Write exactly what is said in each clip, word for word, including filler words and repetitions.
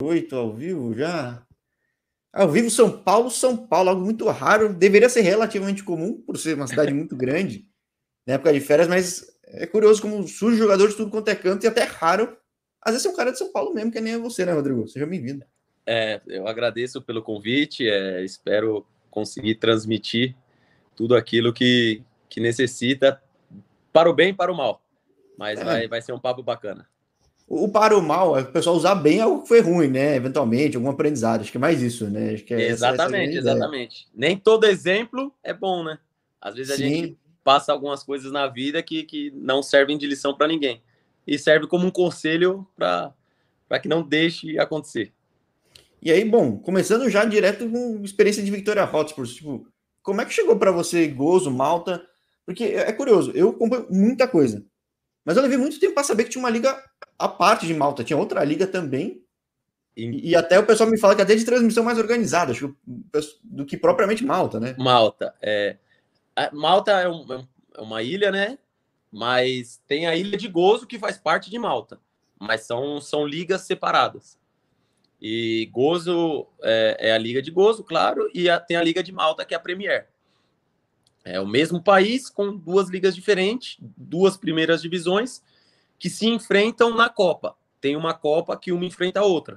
Oito ao vivo já? Ao vivo São Paulo, São Paulo, algo muito raro. Deveria ser relativamente comum, por ser uma cidade muito grande, na época de férias, mas é curioso como surge jogador de tudo quanto é canto e até raro. Às vezes é um cara de São Paulo mesmo, que nem você, né, Rodrigo? Seja bem-vindo. É, eu agradeço pelo convite, é, espero conseguir transmitir tudo aquilo que, que necessita, para o bem e para o mal. Mas É. vai, vai ser um papo bacana. O para o mal é o pessoal usar bem algo que foi ruim, né? Eventualmente, algum aprendizado. Acho que é mais isso, né? Acho que é essa, essa Exatamente, grande ideia. exatamente. Nem todo exemplo é bom, né? Às vezes a gente Sim. passa algumas coisas na vida que, que não servem de lição para ninguém. E serve como um conselho para que não deixe acontecer. E aí, bom, começando já direto com experiência de Victoria Hotspur, tipo, como é que chegou para você Gozo, Malta? Porque é curioso, eu acompanho muita coisa, mas eu levei muito tempo para saber que tinha uma liga à parte de Malta, tinha outra liga também, e, e até o pessoal me fala que até de transmissão mais organizada, acho, do que propriamente Malta, né? Malta, é, Malta é, um, é uma ilha, né? Mas tem a ilha de Gozo que faz parte de Malta, mas são, são ligas separadas. E Gozo é, é a Liga de Gozo, claro, e a, tem a Liga de Malta, que é a Premier. É o mesmo país com duas ligas diferentes, duas primeiras divisões que se enfrentam na Copa. Tem uma Copa que uma enfrenta a outra.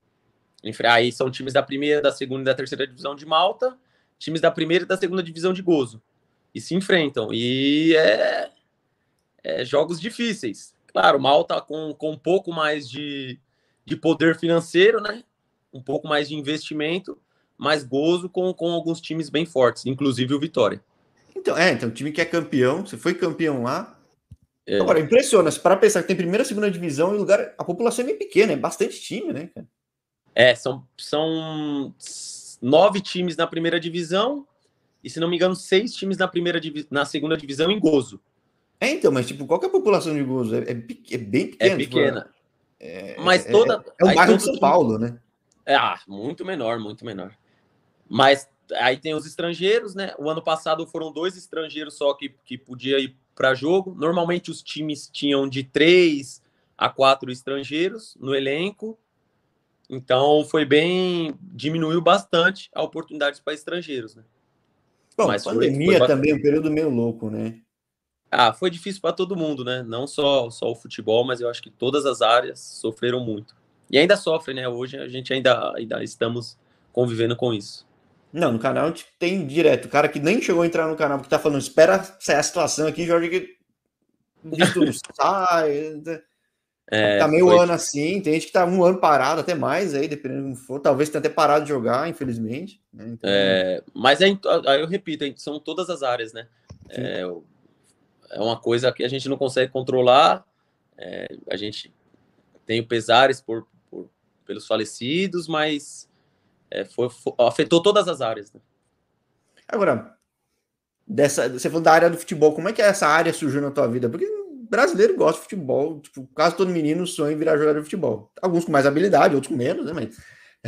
Aí são times da primeira, da segunda e da terceira divisão de Malta, times da primeira e da segunda divisão de Gozo. E se enfrentam. E é, é jogos difíceis. Claro, Malta com, com um pouco mais de, de poder financeiro, né? Um pouco mais de investimento, mas Gozo com, com alguns times bem fortes, inclusive o Vitória. Então, é, então, o time que é campeão, você foi campeão lá. É. Agora, impressiona, para pensar que tem primeira e segunda divisão e o lugar, a população é bem pequena, é bastante time, né, cara? É, são, são nove times na primeira divisão e, se não me engano, seis times na, primeira na segunda divisão em Gozo. É, então, mas tipo, qual que é a população de Gozo? É, é, é bem pequena. É pequena. Tipo, é, mas é, toda. é, é um aí bairro todo de São time, Paulo, né? É, ah, muito menor, muito menor. Mas aí tem os estrangeiros, né? O ano passado foram dois estrangeiros só que, que podia ir para jogo. Normalmente os times tinham de três a quatro estrangeiros no elenco. Então foi bem. Diminuiu bastante a oportunidades para estrangeiros, né? Bom, Mas pandemia foi, foi também, um período meio louco, né? Ah, foi difícil para todo mundo, né? Não só, só o futebol, mas eu acho que todas as áreas sofreram muito. E ainda sofrem, né? Hoje a gente ainda, ainda estamos convivendo com isso. Não, no canal tem direto. O cara que nem chegou a entrar no canal porque tá falando, espera sair a situação aqui, Jorge, que visto não sai. É, Tá meio foi... ano assim, tem gente que tá um ano parado, até mais aí, dependendo como for. Talvez tenha até parado de jogar, infelizmente. Né? Então... É, mas é, eu repito, são todas as áreas, né? É, é uma coisa que a gente não consegue controlar. É, a gente tem pesares por, por, pelos falecidos, mas é, foi, foi, afetou todas as áreas. Né? Agora, dessa, você falou da área do futebol, como é que essa área surgiu na tua vida? Porque brasileiro gosta de futebol, tipo, quase todo menino sonha em virar jogador de futebol. Alguns com mais habilidade, outros com menos, né? Mas.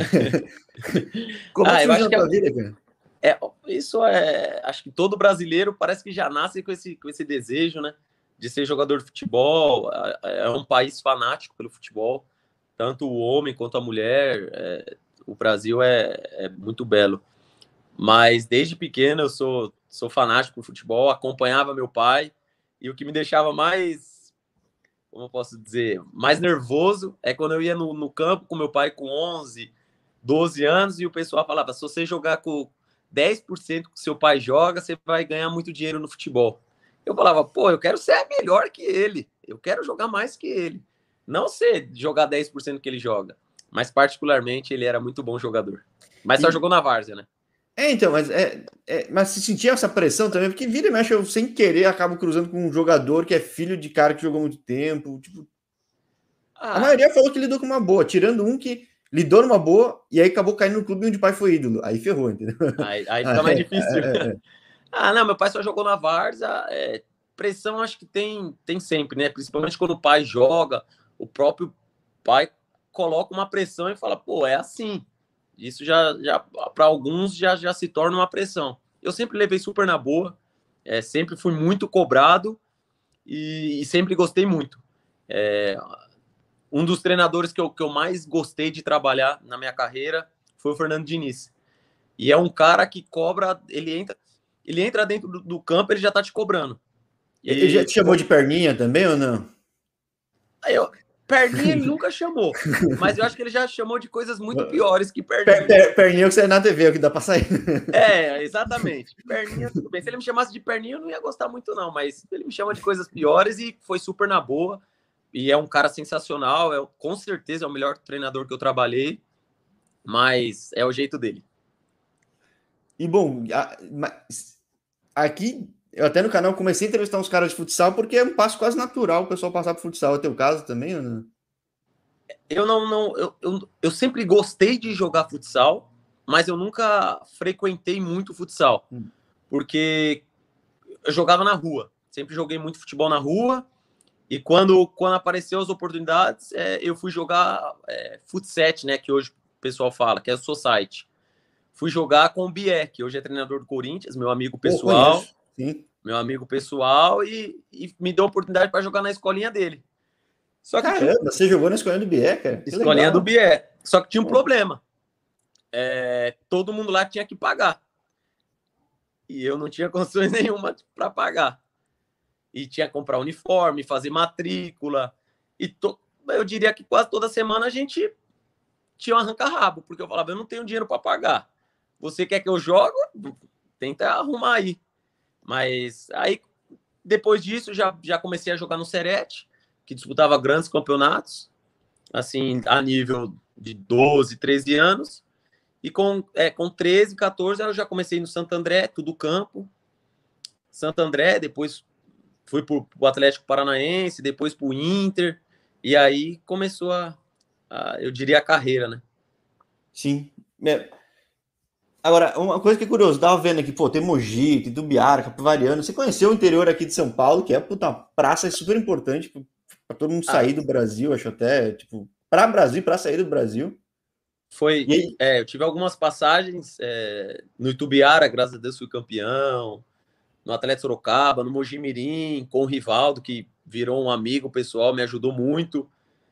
Como é que ah, eu surgiu acho na que tua é, vida, cara? é, isso é. Acho que todo brasileiro parece que já nasce com esse, com esse desejo, né? De ser jogador de futebol. É um país fanático pelo futebol, tanto o homem quanto a mulher. É, o Brasil é, é muito belo. Mas desde pequeno eu sou, sou fanático por futebol, acompanhava meu pai, e o que me deixava mais, como eu posso dizer, mais nervoso é quando eu ia no, no campo com meu pai com onze, doze anos e o pessoal falava: se você jogar com dez por cento que seu pai joga, você vai ganhar muito dinheiro no futebol. Eu falava: pô, eu quero ser melhor que ele, eu quero jogar mais que ele. Não ser jogar dez por cento que ele joga, mas particularmente ele era muito bom jogador. Mas só E, jogou na várzea, né? é, então, mas, é, é, mas se sentia essa pressão também, porque vira e mexe, eu sem querer acabo cruzando com um jogador que é filho de cara que jogou muito tempo. Tipo, a Ah, maioria falou que lidou com uma boa, tirando um que lidou numa boa e aí acabou caindo no clube onde o pai foi ídolo. Aí ferrou, entendeu? aí, aí Ah, fica mais é, difícil. é, é. Ah, não, meu pai só jogou na várzea. É, pressão acho que tem, tem sempre, né? Principalmente quando o pai joga, o próprio pai coloca uma pressão e fala: pô, é assim. Isso já, já para alguns, já, já se torna uma pressão. Eu sempre levei super na boa, é, sempre fui muito cobrado e, e sempre gostei muito. É, um dos treinadores que eu, que eu mais gostei de trabalhar na minha carreira foi o Fernando Diniz. E é um cara que cobra, ele entra, ele entra dentro do, do campo, ele já tá te cobrando. Ele já E te chamou de perninha também ou não? aí eu, perninha ele nunca chamou, mas eu acho que ele já chamou de coisas muito piores que Per, perninha. per, perninha que você é na T V, é o que dá pra sair. É, exatamente. Perninha, tudo bem. Se ele me chamasse de perninha, eu não ia gostar muito, não, mas ele me chama de coisas piores e foi super na boa. E é um cara sensacional, é, com certeza é o melhor treinador que eu trabalhei, mas é o jeito dele. E bom, a, mas aqui, eu até no canal comecei a entrevistar uns caras de futsal, porque é um passo quase natural o pessoal passar pro futsal. É teu caso também, ou não? Eu não, não eu, eu, eu sempre gostei de jogar futsal, mas eu nunca frequentei muito futsal, Hum. porque eu jogava na rua, sempre joguei muito futebol na rua, e quando, quando apareceu as oportunidades, é, eu fui jogar é, futset, né, que hoje o pessoal fala, que é o society. Fui jogar com o Bié, que hoje é treinador do Corinthians, meu amigo pessoal, Pô, sim. meu amigo pessoal, e, e me deu a oportunidade para jogar na escolinha dele. Só que Caramba, tinha um... você jogou na escolinha do Bié, cara? Que escolinha legal. do Bié. Só que tinha um problema. É, todo mundo lá tinha que pagar. E eu não tinha condições nenhuma para pagar. E tinha que comprar uniforme, fazer matrícula. E to... eu diria que quase toda semana a gente tinha um arranca-rabo, porque eu falava, eu não tenho dinheiro para pagar. Você quer que eu jogue? Tenta arrumar aí. Mas aí, depois disso, já, já comecei a jogar no Serete, que disputava grandes campeonatos, assim, a nível de doze, treze anos. E com, é, com treze, quatorze, eu já comecei no Santo André, tudo campo. Santo André, depois fui para o Atlético Paranaense, depois para o Inter. E aí começou a, a, eu diria, a carreira, né? Sim. É. Agora, uma coisa que é curioso, tava vendo aqui, pô, tem Mogi, tem Tubiara, Capivariano. Você conheceu o interior aqui de São Paulo, que é, puta, uma praça super importante para todo mundo sair ah, do Brasil, acho até, tipo, para Brasil, para sair do Brasil. Foi, é, eu tive algumas passagens é, no Itubiara, graças a Deus fui campeão, no Atlético Sorocaba, no Mogi Mirim, com o Rivaldo, que virou um amigo pessoal, me ajudou muito.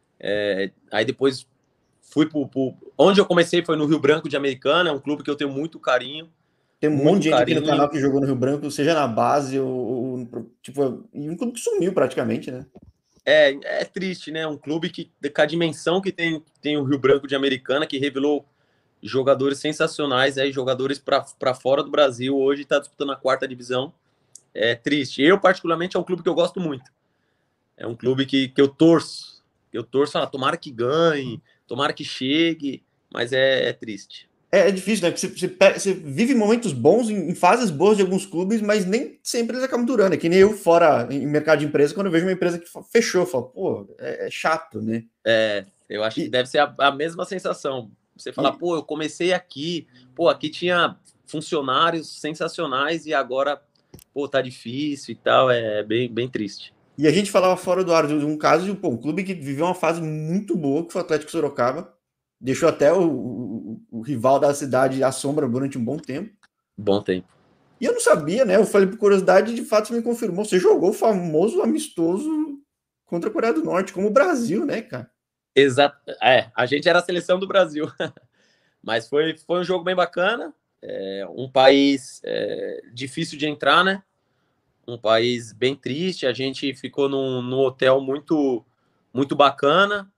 É, aí depois fui pro, pro... Onde eu comecei foi no Rio Branco de Americana, é um clube que eu tenho muito carinho. Tem um monte de gente aqui no canal que jogou no Rio Branco, seja na base ou, ou tipo, e um clube que sumiu praticamente, né? É, é triste, né? Um clube que, com a dimensão que tem, tem o Rio Branco de Americana, que revelou jogadores sensacionais, aí, jogadores para fora do Brasil, hoje está disputando a quarta divisão. É triste. Eu, particularmente, é um clube que eu gosto muito. É um clube que, que eu torço. Eu torço, ah, tomara que ganhe, tomara que chegue, mas é, é triste. É, é difícil, né? Porque você, você, você vive momentos bons em, em fases boas de alguns clubes, mas nem sempre eles acabam durando. É que nem eu fora em mercado de empresa, quando eu vejo uma empresa que fechou, eu falo, pô, é, é chato, né? É, eu acho e, que deve ser a, a mesma sensação. Você falar, pô, eu comecei aqui, pô, aqui tinha funcionários sensacionais e agora, pô, tá difícil e tal, é bem, bem triste. E a gente falava fora do ar de um caso de pô, um clube que viveu uma fase muito boa, que foi o Atlético Sorocaba, deixou até o, o, o rival da cidade à sombra durante um bom tempo. Bom tempo. E eu não sabia, né? Eu falei por curiosidade e de fato você me confirmou. Você jogou o famoso amistoso contra a Coreia do Norte, como o Brasil, né, cara? Exato. É, a gente era a seleção do Brasil. Mas foi, foi um jogo bem bacana. É, um país é, difícil de entrar, né? Um país bem triste. A gente ficou num, num hotel muito, muito bacana.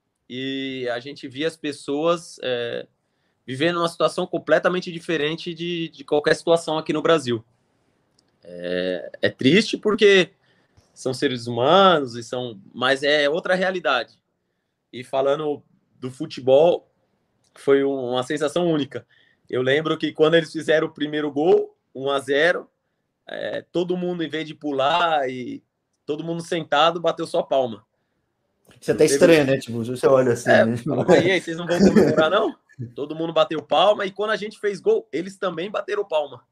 E a gente via as pessoas é, vivendo uma situação completamente diferente de, de qualquer situação aqui no Brasil. É, é triste porque são seres humanos, e são, mas é outra realidade. E falando do futebol, foi uma sensação única. Eu lembro que quando eles fizeram o primeiro gol, um a zero, é, todo mundo, em vez de pular, e todo mundo sentado, bateu só palma. Isso é até estranho, né? Tipo, você olha assim, é, né? Fala, mas e aí, vocês não vão comemorar, não? Todo mundo bateu palma, e quando a gente fez gol, eles também bateram palma.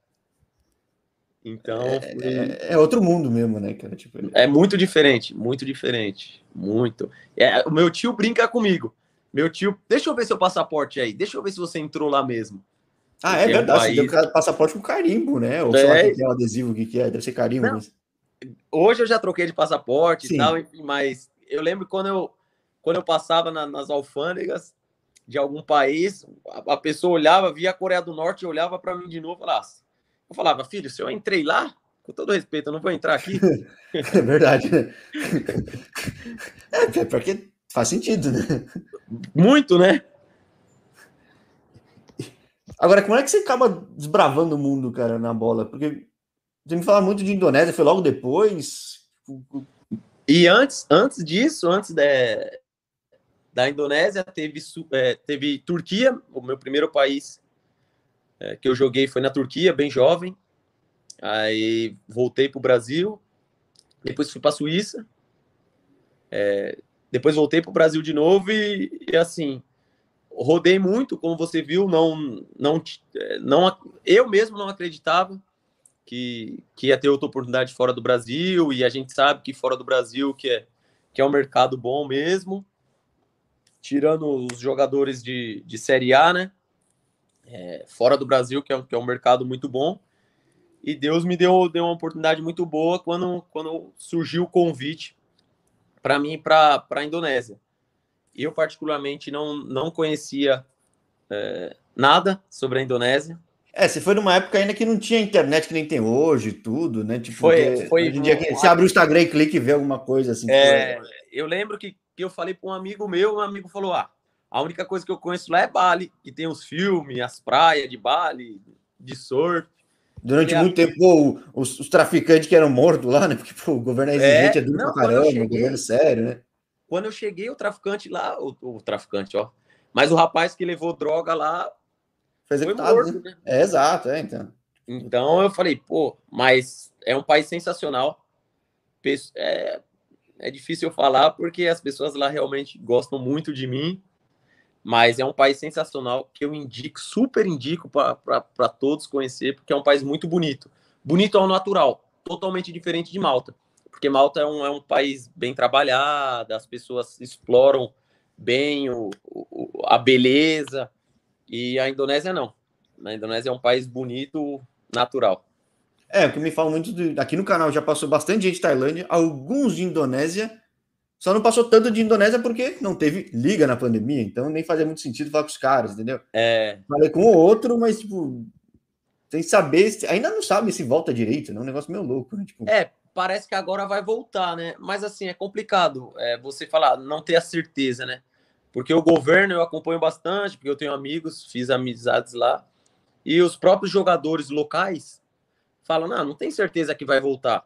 Então, é, foi... é, é outro mundo mesmo, né, cara? Tipo, é muito diferente, muito diferente, muito. É, o meu tio brinca comigo. Meu tio, deixa eu ver seu passaporte aí, deixa eu ver se você entrou lá mesmo. Ah, é verdade, é um país... você deu passaporte com carimbo, né? Ou é... sei lá o que é o adesivo, o que é, deve ser carimbo. Não, mas... Hoje eu já troquei de passaporte Sim. e tal, mas eu lembro quando eu, quando eu passava na, nas alfândegas de algum país, a, a pessoa olhava, via a Coreia do Norte, olhava para mim de novo e falava, eu falava, filho, se eu entrei lá, com todo respeito, eu não vou entrar aqui. É verdade, né? É, porque faz sentido, né? Muito, né? Agora, como é que você acaba desbravando o mundo, cara, na bola? Porque você me fala muito de Indonésia, foi logo depois. E antes, antes disso, antes de, da Indonésia, teve, é, teve Turquia, o meu primeiro país é, que eu joguei foi na Turquia, bem jovem. Aí voltei para o Brasil, depois fui para a Suíça, é, depois voltei para o Brasil de novo e, e assim, rodei muito, como você viu, não, não, não, eu mesmo não acreditava que, que ia ter outra oportunidade fora do Brasil, e a gente sabe que fora do Brasil que é, que é um mercado bom mesmo, tirando os jogadores de, de Série A, né? É, fora do Brasil, que é, que é um mercado muito bom. E Deus me deu, deu uma oportunidade muito boa quando, quando surgiu o convite para mim para a Indonésia. Eu, particularmente, não, não conhecia é, nada sobre a Indonésia. É, você foi numa época ainda que não tinha internet que nem tem hoje, tudo, né? Tipo, foi, foi hoje em dia um, você abre o Instagram e clica e vê alguma coisa assim. É, tipo, eu lembro que, que eu falei para um amigo meu, um amigo falou: ah, a única coisa que eu conheço lá é Bali, que tem os filmes, as praias de Bali, de surf. Durante muito tempo, pô, os, os traficantes que eram mortos lá, né? Porque pô, o governo é exigente, é, é duro não, pra caramba, cheguei, o governo é sério, né? Quando eu cheguei, o traficante lá, o, o traficante, ó. Mas o rapaz que levou droga lá foi executado, foi morto, né? né? É, exato, é, então. Então eu falei, pô, mas é um país sensacional. É, é difícil eu falar porque as pessoas lá realmente gostam muito de mim. Mas é um país sensacional que eu indico, super indico para todos conhecer, porque é um país muito bonito. Bonito ao natural, totalmente diferente de Malta. Porque Malta é um, é um país bem trabalhado, as pessoas exploram bem o, o, a beleza, e a Indonésia não. A Indonésia é um país bonito, natural. É, o que me falam muito, de, aqui no canal já passou bastante gente de Tailândia, alguns de Indonésia, só não passou tanto de Indonésia porque não teve liga na pandemia, então nem fazia muito sentido falar com os caras, entendeu? É. Falei com o outro, mas, tipo, sem saber, ainda não sabe se volta direito, né? Um negócio meio louco, né? Tipo... É, parece que agora vai voltar, né? Mas, assim, é complicado é, você falar, não ter a certeza, né? Porque o governo eu acompanho bastante, porque eu tenho amigos, fiz amizades lá, e os próprios jogadores locais falam, não, não tem certeza que vai voltar.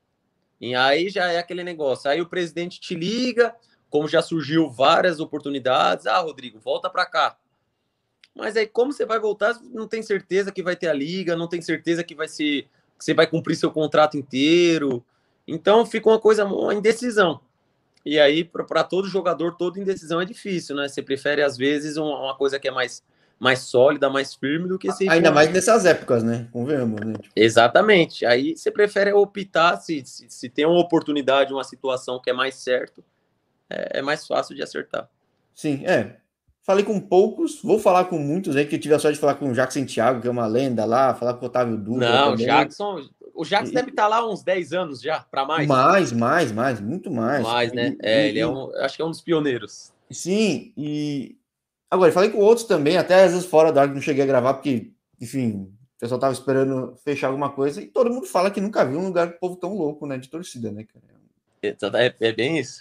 E aí já é aquele negócio. Aí o presidente te liga, como já surgiu várias oportunidades. Ah, Rodrigo, volta para cá. Mas aí como você vai voltar? Não tem certeza que vai ter a liga, não tem certeza que vai ser, que você vai cumprir seu contrato inteiro. Então fica uma coisa, uma indecisão. E aí para todo jogador, toda indecisão é difícil, né? Você prefere às vezes uma coisa que é mais mais sólida, mais firme do que se ainda mais nessas épocas, né? Convenhamos, né? Tipo... Exatamente. Aí você prefere optar se, se, se tem uma oportunidade, uma situação que é mais certo, é, é mais fácil de acertar. Sim, é. Falei com poucos, vou falar com muitos aí, que eu tive a sorte de falar com o Jackson Thiago, que é uma lenda lá, falar com o Otávio Dutra. Não, também. Jackson, o Jackson e... deve estar lá há uns dez anos já, para mais. Mais, mais, mais, muito mais. Mais, né? E, é, e, ele é um, acho que é um dos pioneiros. Sim, e agora, falei com outros também, até às vezes fora da hora que não cheguei a gravar, porque, enfim, o pessoal tava esperando fechar alguma coisa, e todo mundo fala que nunca viu um lugar com o povo tão louco, né, de torcida, né, cara? É, é bem isso.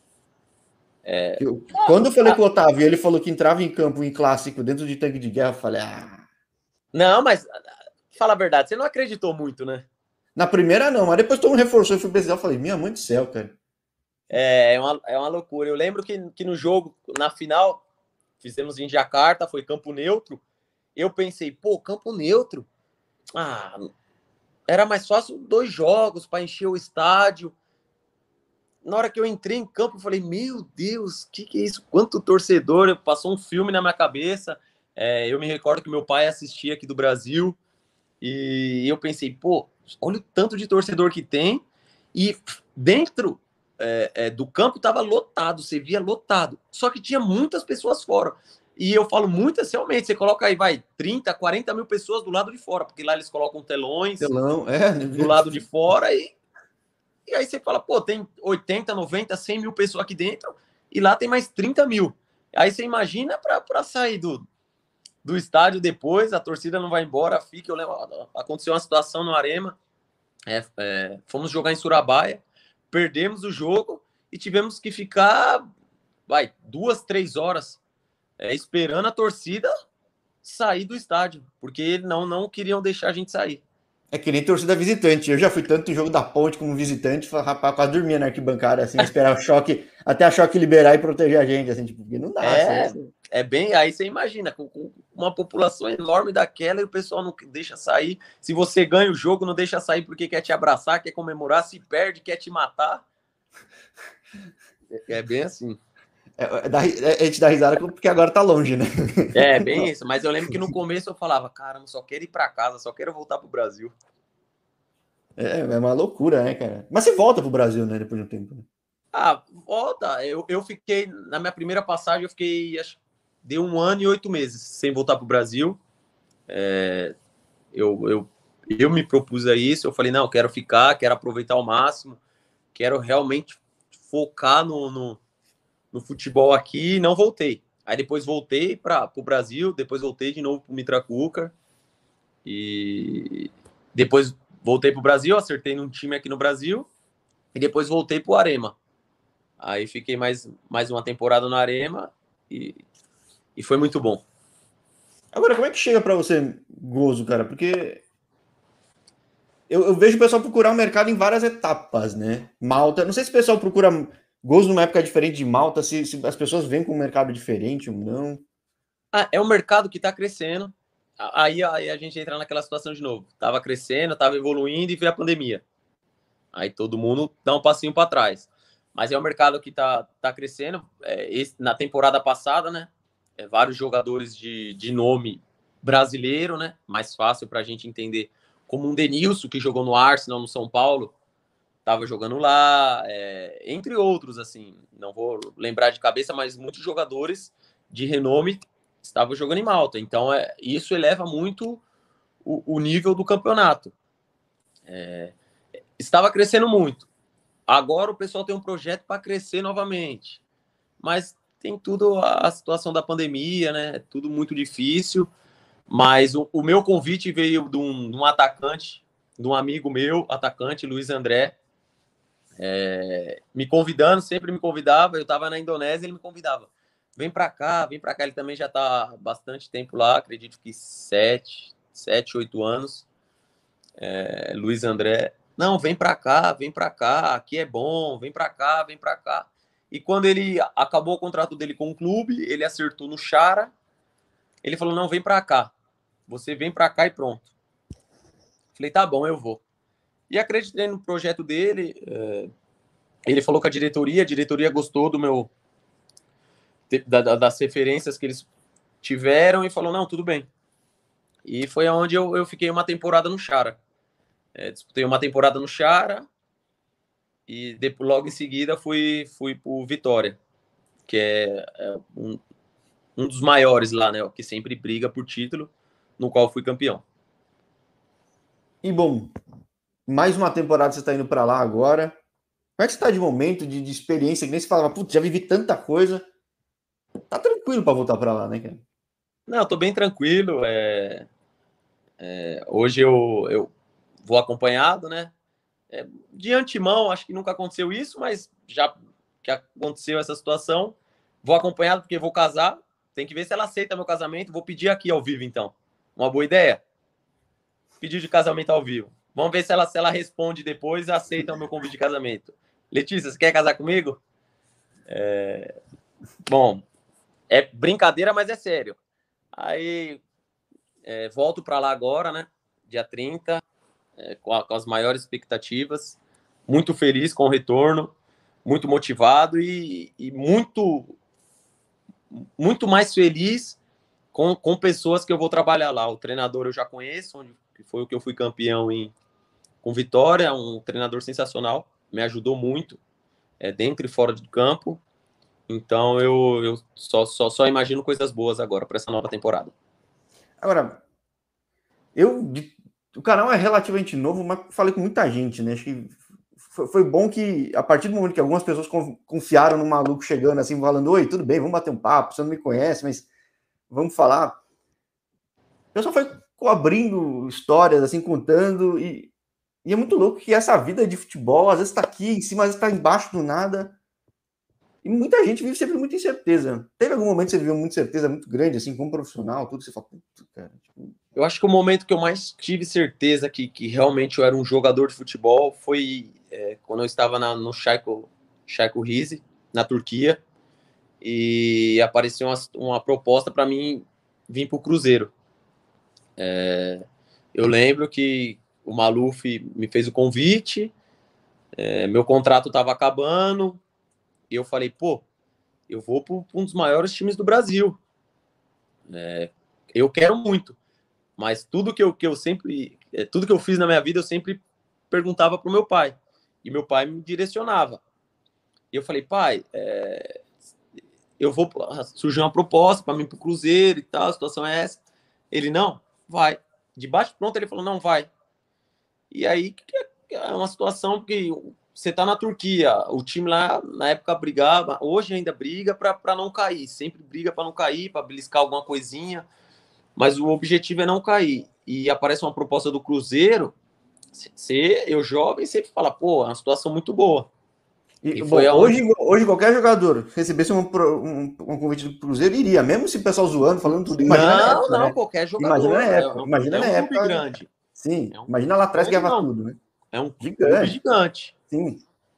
É... Eu, quando eu falei com o Otávio, ele falou que entrava em campo em clássico dentro de tanque de guerra, eu falei, ah... Não, mas, fala a verdade, você não acreditou muito, né? Na primeira não, mas depois todo mundo reforçou, eu fui pesquisar, eu falei, minha mãe do céu, cara. É, é uma, é uma loucura. Eu lembro que, que no jogo, na final, fizemos em Jacarta, foi campo neutro. Eu pensei, pô, campo neutro? Ah, era mais fácil dois jogos para encher o estádio. Na hora que eu entrei em campo, eu falei, meu Deus, o que, que é isso? Quanto torcedor, passou um filme na minha cabeça. É, eu me recordo que meu pai assistia aqui do Brasil. E eu pensei, pô, olha o tanto de torcedor que tem. E dentro é, é, do campo estava lotado, você via lotado. Só que tinha muitas pessoas fora. E eu falo muitas, realmente, você coloca aí, vai, trinta, quarenta mil pessoas do lado de fora, porque lá eles colocam telões Telão, é, do lado de fora, e, e aí você fala, pô, tem oitenta, noventa, cem mil pessoas aqui dentro, e lá tem mais trinta mil. Aí você imagina para sair do, do estádio depois, a torcida não vai embora, fica. Eu lembro, aconteceu uma situação no Arema, é, é, fomos jogar em Surabaya, perdemos o jogo e tivemos que ficar vai, duas, três horas é, esperando a torcida sair do estádio, porque não, não queriam deixar a gente sair. É que nem torcida visitante. Eu já fui tanto em jogo da Ponte como visitante, rapaz, quase dormia na arquibancada, assim, esperar o choque, até a choque liberar e proteger a gente, assim, tipo, porque não dá. É, assim, é bem, aí você imagina, com, com uma população enorme daquela e o pessoal não deixa sair. Se você ganha o jogo, não deixa sair porque quer te abraçar, quer comemorar, se perde, quer te matar. É, é bem assim. É, é, a gente dá risada porque agora tá longe, né? É, bem isso. Mas eu lembro que no começo eu falava, caramba, só quero ir para casa, só quero voltar pro Brasil. É, é uma loucura, né, cara? Mas você volta pro Brasil, né, depois de um tempo. Né? Ah, volta. Eu, eu fiquei, na minha primeira passagem, eu fiquei, acho, deu um ano e oito meses sem voltar pro Brasil. É, eu, eu, eu me propus a isso, eu falei, não, eu quero ficar, quero aproveitar ao máximo, quero realmente focar no, no, no futebol aqui e não voltei. Aí depois voltei para o Brasil, depois voltei de novo para o Mitra Cuca e depois voltei para o Brasil, acertei num time aqui no Brasil e depois voltei para o Arema. Aí fiquei mais, mais uma temporada no Arema e, e foi muito bom. Agora, como é que chega para você gozo, cara? Porque eu, eu vejo o pessoal procurar o mercado em várias etapas, né? Malta, não sei se o pessoal procura gozo numa época diferente de Malta, se, se as pessoas vêm com um mercado diferente ou não. Ah, é um mercado que está crescendo. Aí, aí a gente entra naquela situação de novo. Tava crescendo, tava evoluindo e veio a pandemia. Aí todo mundo dá um passinho para trás. Mas é um mercado que tá, tá crescendo. É, esse, na temporada passada, né? É, vários jogadores de, de nome brasileiro, né? Mais fácil para a gente entender. Como um Denilson, que jogou no Arsenal, no São Paulo. Tava jogando lá. É, entre outros, assim. Não vou lembrar de cabeça, mas muitos jogadores de renome estavam jogando em Malta. Então, é, isso eleva muito o, o nível do campeonato. É, estava crescendo muito. Agora o pessoal tem um projeto para crescer novamente. Mas tem tudo a situação da pandemia, né? É tudo muito difícil. Mas o, o meu convite veio de um, de um atacante, de um amigo meu, atacante, Luiz André, é, me convidando, sempre me convidava. Eu estava na Indonésia, ele me convidava. Vem para cá, vem para cá. Ele também já está há bastante tempo lá, acredito que sete, sete, oito anos. É, Luiz André, não, vem para cá, vem para cá, aqui é bom, vem para cá, vem para cá. E quando ele acabou o contrato dele com o clube, ele acertou no Chara, ele falou, não, vem para cá, você vem para cá e pronto. Falei, tá bom, eu vou. E acreditei no projeto dele, é, ele falou com a diretoria, a diretoria gostou do meu, da, das referências que eles tiveram e falou, não, tudo bem. E foi onde eu, eu fiquei uma temporada no Chara. É, disputei uma temporada no Chara e depois, logo em seguida fui, fui para o Vitória, que é, é um, um dos maiores lá, né? Que sempre briga por título, no qual fui campeão. E bom, mais uma temporada você está indo para lá agora. Como é que você está de momento, de, de experiência? Que nem você falava, putz, já vivi tanta coisa. Tá tranquilo para voltar para lá, né, cara? Não, eu tô bem tranquilo. É, é, hoje eu, eu vou acompanhado, né? É, de antemão, acho que nunca aconteceu isso, mas já que aconteceu essa situação, vou acompanhado porque vou casar. Tem que ver se ela aceita meu casamento. Vou pedir aqui ao vivo, então. Uma boa ideia? Pedido de casamento ao vivo. Vamos ver se ela, se ela responde depois e aceita o meu convite de casamento. Letícia, você quer casar comigo? É... Bom, é brincadeira, mas é sério. Aí, é, volto para lá agora, né? Dia trinta, é, com, a, com as maiores expectativas. Muito feliz com o retorno, muito motivado e, e muito, muito mais feliz com, com pessoas que eu vou trabalhar lá. O treinador eu já conheço, onde foi o que eu fui campeão em, com Vitória, um treinador sensacional, me ajudou muito, é, dentro e fora do campo. Então eu, eu só, só, só imagino coisas boas agora para essa nova temporada. Agora, eu o canal é relativamente novo, mas falei com muita gente, né? Acho que foi, foi bom que, a partir do momento que algumas pessoas confiaram no maluco chegando assim, falando, oi, tudo bem, vamos bater um papo, você não me conhece, mas vamos falar. O pessoal foi abrindo histórias, assim, contando, e, e é muito louco que essa vida de futebol, às vezes tá aqui em cima, às vezes tá embaixo do nada, e muita gente vive sempre muita incerteza. Teve algum momento que você viveu muita certeza muito grande, assim, como profissional, tudo, você fala, cara, tipo... Eu acho que o momento que eu mais tive certeza que, que realmente eu era um jogador de futebol foi é, quando eu estava na, no Çaykur, Çaykur Rize, na Turquia, e apareceu uma, uma proposta para mim vir para o Cruzeiro. É, eu lembro que o Maluf me fez o convite, é, meu contrato estava acabando, e eu falei, pô, eu vou para um dos maiores times do Brasil. É, eu quero muito. Mas tudo que eu, que eu sempre, tudo que eu fiz na minha vida, eu sempre perguntava para o meu pai. E meu pai me direcionava. E eu falei, pai, é, eu vou. Surgiu uma proposta para mim para o Cruzeiro e tal, a situação é essa. Ele, não, vai. De baixo pronto, ele falou, não, vai. E aí, é uma situação que você está na Turquia, o time lá, na época, brigava, hoje ainda briga para não cair. Sempre briga para não cair, para beliscar alguma coisinha. Mas o objetivo é não cair. E aparece uma proposta do Cruzeiro, você, eu jovem, sempre fala, pô, é uma situação muito boa. E, e bom, hoje, hoje qualquer jogador recebesse um, um, um convite do Cruzeiro iria, mesmo se o pessoal zoando, falando tudo. Imagina não, na época, não, né? qualquer jogador. Imagina na época. É um, imagina é um na clube época. grande. Sim, é um imagina lá atrás grande, ganhava não. tudo, né? É um gigante. clube gigante. Sim.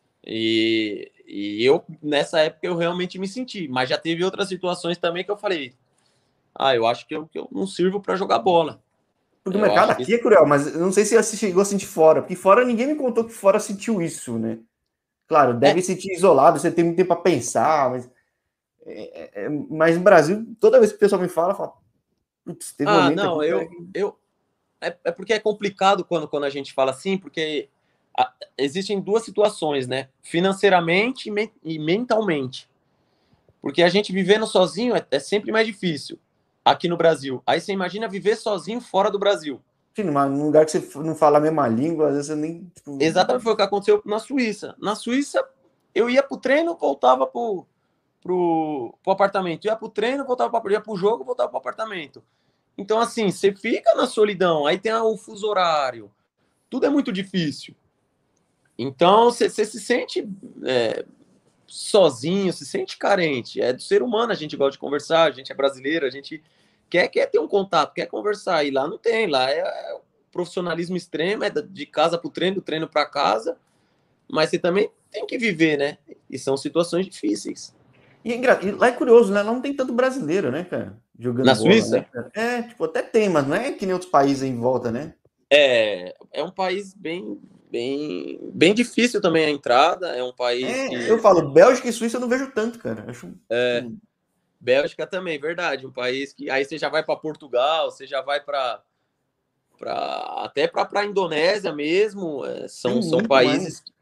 E, e eu, nessa época, eu realmente me senti. Mas já teve outras situações também que eu falei, ah, eu acho que eu, que eu não sirvo para jogar bola. Porque eu o mercado aqui que... é cruel, mas eu não sei se você chegou a sentir fora, porque fora ninguém me contou que fora sentiu isso, né? Claro, deve é. sentir isolado, você tem muito tempo para pensar, mas, é, é, mas no Brasil, toda vez que o pessoal me fala, fala, putz, teve ah, momento não, aqui, eu, que... eu é, é porque é complicado quando, quando a gente fala assim, porque a, existem duas situações, né? Financeiramente e, me, e mentalmente. Porque a gente vivendo sozinho é, é sempre mais difícil aqui no Brasil. Aí você imagina viver sozinho fora do Brasil. Sim, num lugar que você não fala a mesma língua, às vezes você nem... Tipo... Exatamente, foi o que aconteceu na Suíça. Na Suíça, eu ia pro treino, voltava pro, pro, pro apartamento. Ia pro treino, voltava pro, ia pro jogo, voltava pro apartamento. Então, assim, você fica na solidão. Aí tem o fuso horário. Tudo é muito difícil. Então, você, você se sente é, sozinho, se sente carente. É do ser humano, a gente gosta de conversar, a gente é brasileiro, a gente quer, quer ter um contato, quer conversar. E lá não tem, lá é, é profissionalismo extremo, é de casa para o treino, do treino para casa. Mas você também tem que viver, né? E são situações difíceis. E, e lá é curioso, né? Lá não tem tanto brasileiro, né, cara? Jogando Na bola, Suíça? né, cara? É, tipo, até tem, mas não é que nem outros países em volta, né? É, é um país bem, bem, bem difícil também a entrada. É um país é, que. Eu falo, Bélgica e Suíça eu não vejo tanto, cara. Acho. É, Bélgica também, verdade. Um país que. Aí você já vai para Portugal, você já vai para. Pra, até para a Indonésia mesmo. É, são, são países mais.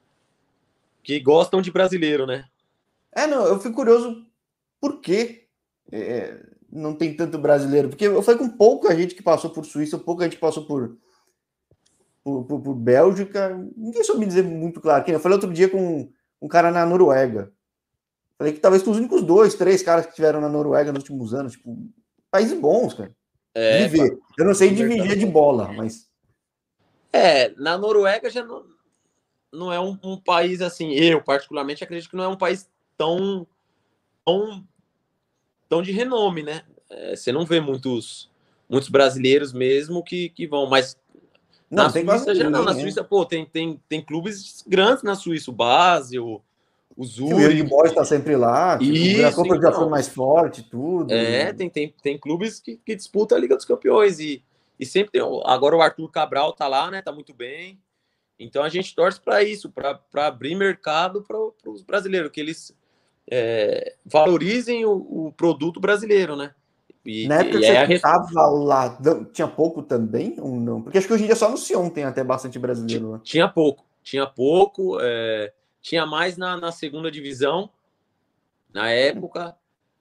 que gostam de brasileiro, né? É, não, eu fico curioso por quê é, não tem tanto brasileiro. Porque eu falei com pouca gente que passou por Suíça, pouca gente que passou por. Por, por, por Bélgica, ninguém soube me dizer muito claro. Eu falei outro dia com um cara na Noruega. Falei que talvez os únicos dois, três caras que tiveram na Noruega nos últimos anos, tipo, países bons, cara. É, de viver. Eu não sei de viver de bola, mas. É, na Noruega já não, não é um, um país assim. Eu, particularmente, acredito que não é um país tão, tão, tão de renome, né? É, você não vê muitos, muitos brasileiros mesmo que, que vão, mas não, na Suíça já não. Na Suíça, pô, tem, tem, tem clubes grandes na Suíça, o Basel, o Zurich. O Young Boys está sempre lá, tipo, Isso, o Grasshopper então, já foi mais forte, tudo. É, tem, tem, tem clubes que, que disputam a Liga dos Campeões e, e sempre tem. Agora o Arthur Cabral tá lá, né? Tá muito bem. Então a gente torce para isso, para abrir mercado para os brasileiros, que eles é, valorizem o, o produto brasileiro, né? E, Na época e que é você estava lá, tinha pouco também ou não? Porque acho que hoje em dia só no Sion tem até bastante brasileiro lá. Tinha pouco, tinha pouco, é, tinha mais na, na segunda divisão, na época,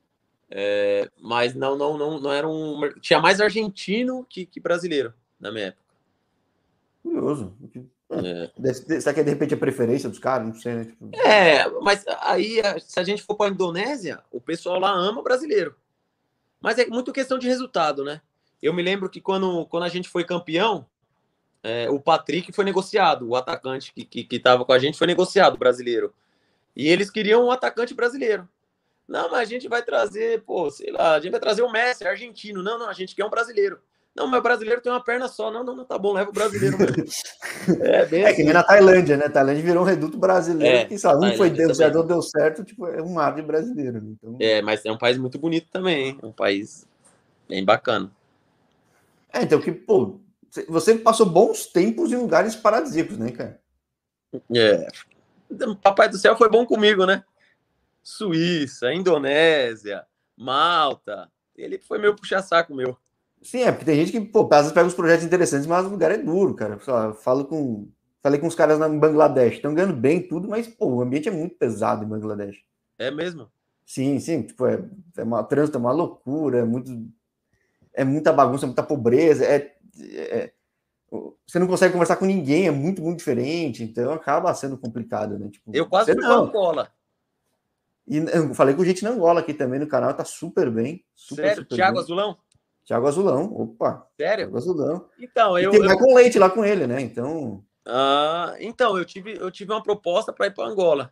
é, mas não, não, não, não era um. Tinha mais argentino que, que brasileiro na minha época. Curioso. É. Deve ter- será que é de repente a preferência dos caras? Não sei, né? Tipo, É, mas aí, se a gente for para a Indonésia, o pessoal lá ama brasileiro. Mas é muito questão de resultado, né? Eu me lembro que quando, quando a gente foi campeão, é, o Patrick foi negociado, o atacante que estava que, que tava com a gente foi negociado, brasileiro. E eles queriam um atacante brasileiro. Não, mas a gente vai trazer, pô, sei lá, a gente vai trazer o Messi, argentino. Não, não, a gente quer um brasileiro. Não, mas o brasileiro tem uma perna só. Não, não, não, tá bom, leva o brasileiro mesmo. É bem É que nem assim. na Tailândia, né? A Tailândia virou um reduto brasileiro, É, porque a sabe, um foi Tailândia deu certo, também. outro deu certo, tipo, é um mar de brasileiro, né? Então, É, mas é um país muito bonito também, hein? É um país bem bacana. é, então que, pô, você passou bons tempos em lugares paradisíacos, né, cara? É. Papai do céu foi bom comigo, né? Suíça, Indonésia, Malta. Ele foi meu puxa-saco meu. Sim, é, porque tem gente que, pô, às vezes pega uns projetos interessantes, mas o lugar é duro, cara. Sei lá, eu falo com, falei com os caras na em Bangladesh, estão ganhando bem tudo, mas, pô, o ambiente é muito pesado em Bangladesh. É mesmo? Sim, sim, tipo, é, é uma, trânsito é uma loucura, é muito, é muita bagunça, muita pobreza, é, é- você não consegue conversar com ninguém, é muito, muito diferente, então acaba sendo complicado, né? Tipo, Eu quase você fui para não. Angola. E eu falei com gente na Angola aqui também no canal, tá super bem, super, Sério, super Thiago bem. Azulão? Thiago Azulão, opa, Sério? Thiago Azulão. Então, E eu, tem eu, Michael Leite lá com ele, né? Então, ah, então eu tive, eu tive uma proposta para ir para Angola.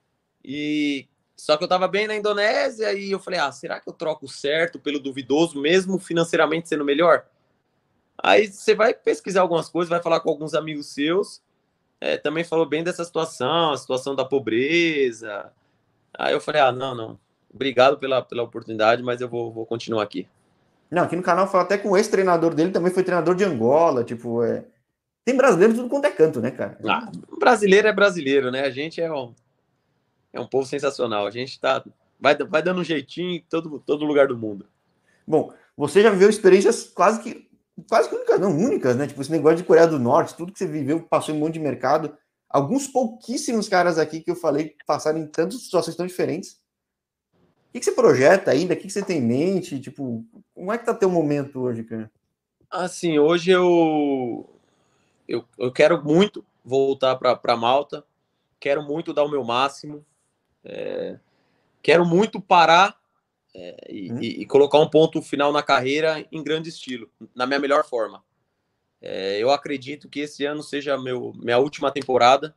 E só que eu estava bem na Indonésia e eu falei: "Ah, será que eu troco o certo pelo duvidoso, mesmo financeiramente sendo melhor?" Aí você vai pesquisar algumas coisas, vai falar com alguns amigos seus, é, também falou bem dessa situação, a situação da pobreza. Aí eu falei: "Ah, não, não. Obrigado pela, pela oportunidade, mas eu vou, vou continuar aqui." não, aqui no canal fala até com o ex-treinador dele, também foi treinador de Angola, tipo, é... tem brasileiro tudo quanto é canto, né, cara? Ah, brasileiro é brasileiro, né? A gente é um, é um povo sensacional. A gente tá, vai, vai dando um jeitinho em todo, todo lugar do mundo. Bom, você já viveu experiências quase que, quase que únicas, não únicas, né? Tipo, esse negócio de Coreia do Norte, tudo que você viveu, passou em um monte de mercado. Alguns pouquíssimos caras aqui que eu falei passaram em tantas situações tão diferentes. O que, que você projeta ainda? O que, que você tem em mente? Tipo, como é que tá teu momento hoje, cara? Assim, hoje eu, eu, eu quero muito voltar para Malta, quero muito dar o meu máximo, é, quero muito parar é, e, Hum? e, colocar um ponto final na carreira em grande estilo, na minha melhor forma. É, eu acredito que esse ano seja meu, minha última temporada.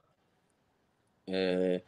É,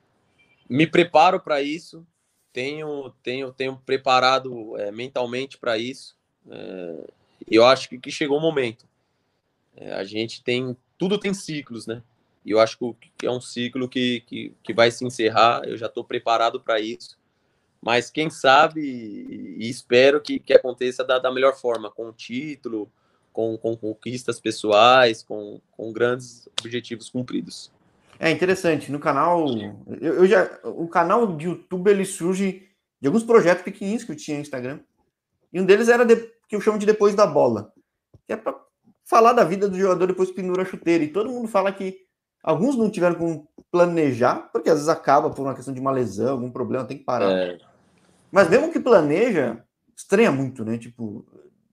me preparo para isso, tenho, tenho, tenho preparado é, mentalmente para isso. É, e eu acho que, que chegou o momento. É, a gente tem. Tudo tem ciclos, né? E eu acho que é um ciclo que, que, que vai se encerrar. Eu já estou preparado para isso. Mas quem sabe e, e espero que, que aconteça da, da melhor forma, com título, com, com conquistas pessoais, com, com grandes objetivos cumpridos. É interessante, no canal, eu, eu já, o canal de YouTube ele surge de alguns projetos pequenininhos que eu tinha no Instagram. E um deles era de, que eu chamo de depois da bola, que é para falar da vida do jogador depois que pendura a chuteira. E todo mundo fala que alguns não tiveram como planejar, porque às vezes acaba por uma questão de uma lesão, algum problema, tem que parar. É... Mas mesmo que planeja, estranha muito, né? Tipo,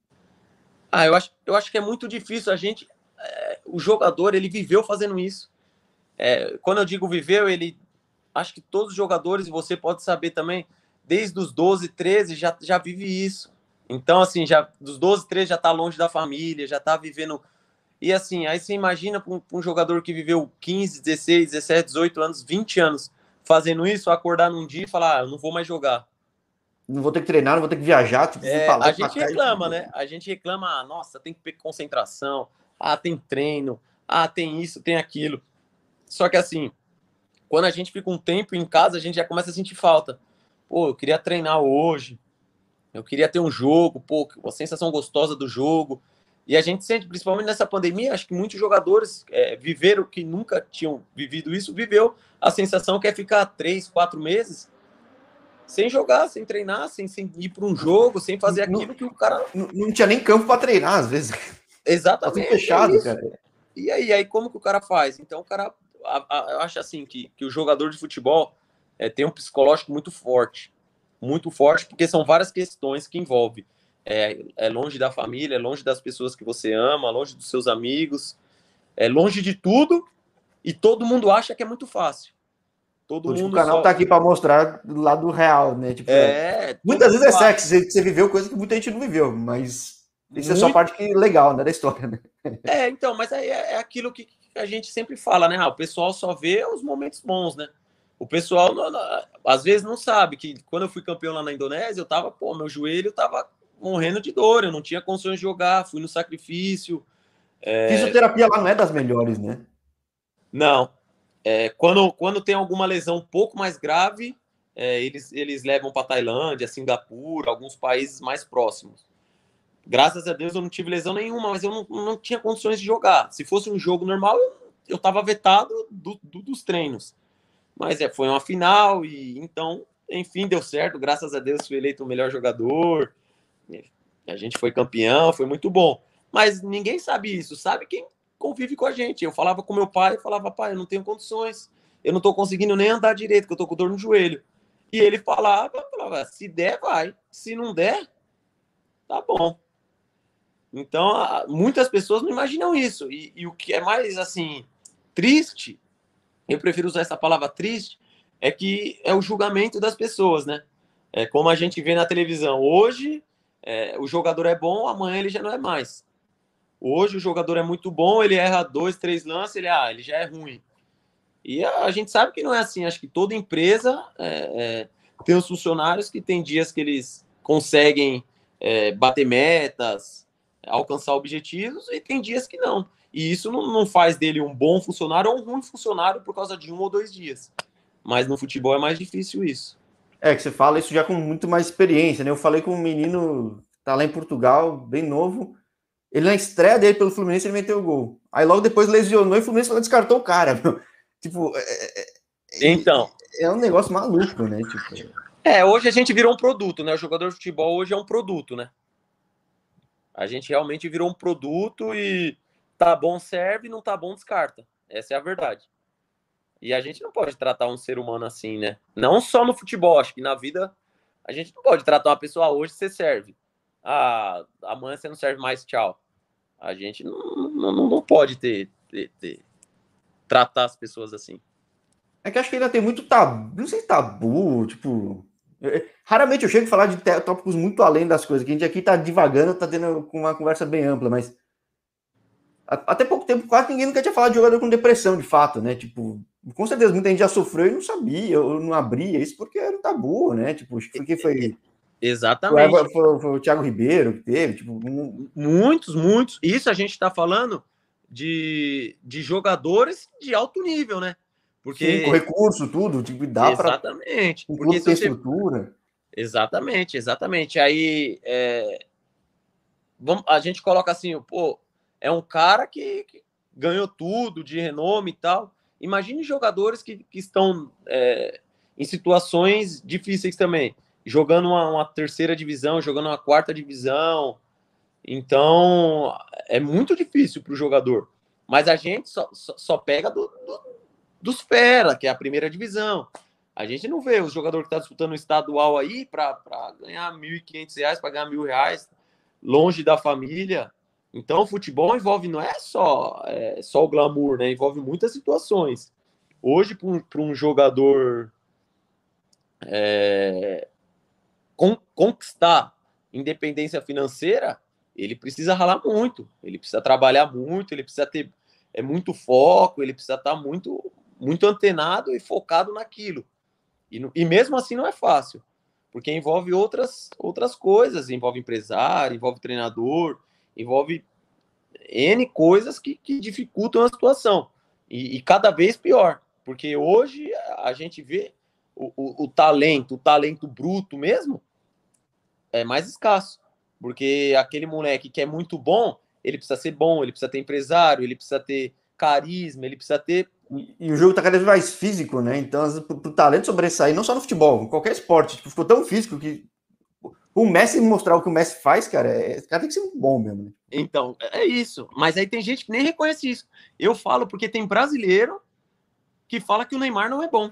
Ah, eu acho, eu acho que é muito difícil a gente. É, o jogador, ele viveu fazendo isso. É, quando eu digo viveu, ele. Acho que todos os jogadores, e você pode saber também, desde os doze, treze, já, já vive isso. Então, assim, já dos doze, treze já tá longe da família, já tá vivendo. E assim, aí você imagina para um, um jogador que viveu quinze, dezesseis, dezessete, dezoito anos, vinte anos fazendo isso, acordar num dia e falar: ah, eu não vou mais jogar. não vou ter que treinar, não vou ter que viajar, tipo, vou É, pra lá a e pra gente cá. E... reclama, né? A gente reclama, ah, nossa, tem que ter concentração, ah, tem treino, ah, tem isso, tem aquilo. Só que assim, quando a gente fica um tempo em casa, a gente já começa a sentir falta. Pô, eu queria treinar hoje, eu queria ter um jogo, pô, uma sensação gostosa do jogo. E a gente sente, principalmente nessa pandemia, acho que muitos jogadores é, viveram que nunca tinham vivido isso, viveu a sensação que é ficar três, quatro meses sem jogar, sem treinar, sem, sem ir para um jogo, sem fazer Não, aquilo que o cara. não, não tinha nem campo para treinar, às vezes. Tá tudo Exatamente, é fechado, isso. cara. E aí, aí como que o cara faz? Então, o cara, a, a, eu acho assim, que, que o jogador de futebol é, tem um psicológico muito forte. Muito forte, porque são várias questões que envolve. É, é longe da família, é longe das pessoas que você ama, longe dos seus amigos. é longe de tudo e todo mundo acha que é muito fácil. Todo Tipo, mundo o canal só... tá aqui para mostrar do lado real, né? Tipo, é... É, muitas todo vezes é mundo acha. sexy, você, você viveu coisa que muita gente não viveu, mas isso é só a Muito. parte que legal, né, da história, né? É, então, mas aí é, é aquilo que a gente sempre fala, né? Ah, o pessoal só vê os momentos bons, né? O pessoal, não, não, às vezes, não sabe que quando eu fui campeão lá na Indonésia, eu tava, pô, meu joelho tava morrendo de dor, eu não tinha condições de jogar, fui no sacrifício. É... Fisioterapia lá não é das melhores, né? Não. É, quando, quando tem alguma lesão um pouco mais grave, é, eles, eles levam para Tailândia, Singapura, alguns países mais próximos. Graças a Deus eu não tive lesão nenhuma, mas eu não, não tinha condições de jogar. Se fosse um jogo normal, eu estava vetado do, do, dos treinos. Mas é, foi uma final e então, enfim, deu certo. Graças a Deus fui eleito o melhor jogador. A gente foi campeão, foi muito bom. Mas ninguém sabe isso, sabe quem convive com a gente. Eu falava com meu pai, eu falava, pai, eu não tenho condições. Eu não estou conseguindo nem andar direito, que eu estou com dor no joelho. E ele falava, falava, se der, vai. Se não der, tá bom. Então, muitas pessoas não imaginam isso. E, e o que é mais, assim, triste, eu prefiro usar essa palavra triste, é que é o julgamento das pessoas, né? É como a gente vê na televisão. Hoje, é, o jogador é bom, amanhã ele já não é mais. Hoje o jogador é muito bom, ele erra dois, três lances, ele, ah, ele já é ruim. E a, a gente sabe que não é assim. Acho que toda empresa é, é, tem os funcionários que tem dias que eles conseguem é, bater metas, alcançar objetivos, e tem dias que não. E isso não, não faz dele um bom funcionário ou um ruim funcionário por causa de um ou dois dias. Mas no futebol é mais difícil isso. É que você fala isso já com muito mais experiência, né? Eu falei com um menino, tá lá em Portugal, bem novo. Ele na estreia dele pelo Fluminense, ele meteu o gol. Aí logo depois lesionou e o Fluminense descartou o cara, meu. Tipo, é, Então, é, é um negócio maluco, né? Tipo... é, hoje a gente virou um produto, né? O jogador de futebol hoje é um produto, né? A gente realmente virou um produto e tá bom, serve, não tá bom, descarta. Essa é a verdade. E a gente não pode tratar um ser humano assim, né? Não só no futebol, acho que na vida a gente não pode tratar uma pessoa hoje você serve. Ah, amanhã você não serve mais, tchau. A gente não, não, não pode ter, ter, ter tratar as pessoas assim. É que acho que ainda tem muito tabu, não sei, tabu, tipo... Raramente eu chego a falar de tópicos muito além das coisas, que a gente aqui tá divagando, tá tendo uma conversa bem ampla, mas até pouco tempo quase ninguém nunca tinha falado de jogador com depressão, de fato, né? Tipo, com certeza muita gente já sofreu e não sabia, ou não abria isso porque era um tabu, né? Tipo, acho que foi, foi, Exatamente. foi, foi o Thiago Ribeiro que teve, tipo... Um... Muitos, muitos. Isso a gente está falando de, de jogadores de alto nível, né? Porque... Sim, com recurso, tudo, tipo, dá para... Exatamente. Um Porque clube se ter você... estrutura... Exatamente, exatamente. Aí é... Vamos, a gente coloca assim, pô, é um cara que, que ganhou tudo de renome e tal. Imagine jogadores que, que estão é, em situações difíceis também, jogando uma, uma terceira divisão, jogando uma quarta divisão. Então, é muito difícil para o jogador. Mas a gente só, só, só pega do, do, dos fera, que é a primeira divisão. A gente não vê o jogador que está disputando o estadual aí para ganhar mil e quinhentos reais, para ganhar mil reais, longe da família. Então, o futebol envolve, não é só, é, só o glamour, né? Envolve muitas situações. Hoje, para um, um jogador é, con, conquistar independência financeira, ele precisa ralar muito, ele precisa trabalhar muito, ele precisa ter é, muito foco, ele precisa estar muito, muito antenado e focado naquilo. E, e mesmo assim não é fácil, porque envolve outras, outras coisas, envolve empresário, envolve treinador, envolve N coisas que, que dificultam a situação. E, e cada vez pior, porque hoje a gente vê o, o, o talento, o talento bruto mesmo, é mais escasso. Porque aquele moleque que é muito bom, ele precisa ser bom, ele precisa ter empresário, ele precisa ter carisma, ele precisa ter... E, e o jogo tá cada vez mais físico, né? Então, pro, pro talento sobressair, não só no futebol, em qualquer esporte, tipo, ficou tão físico que o Messi mostrar o que o Messi faz, cara, é, esse cara tem que ser muito bom mesmo, né? Então, é isso. Mas aí tem gente que nem reconhece isso. Eu falo porque tem brasileiro que fala que o Neymar não é bom.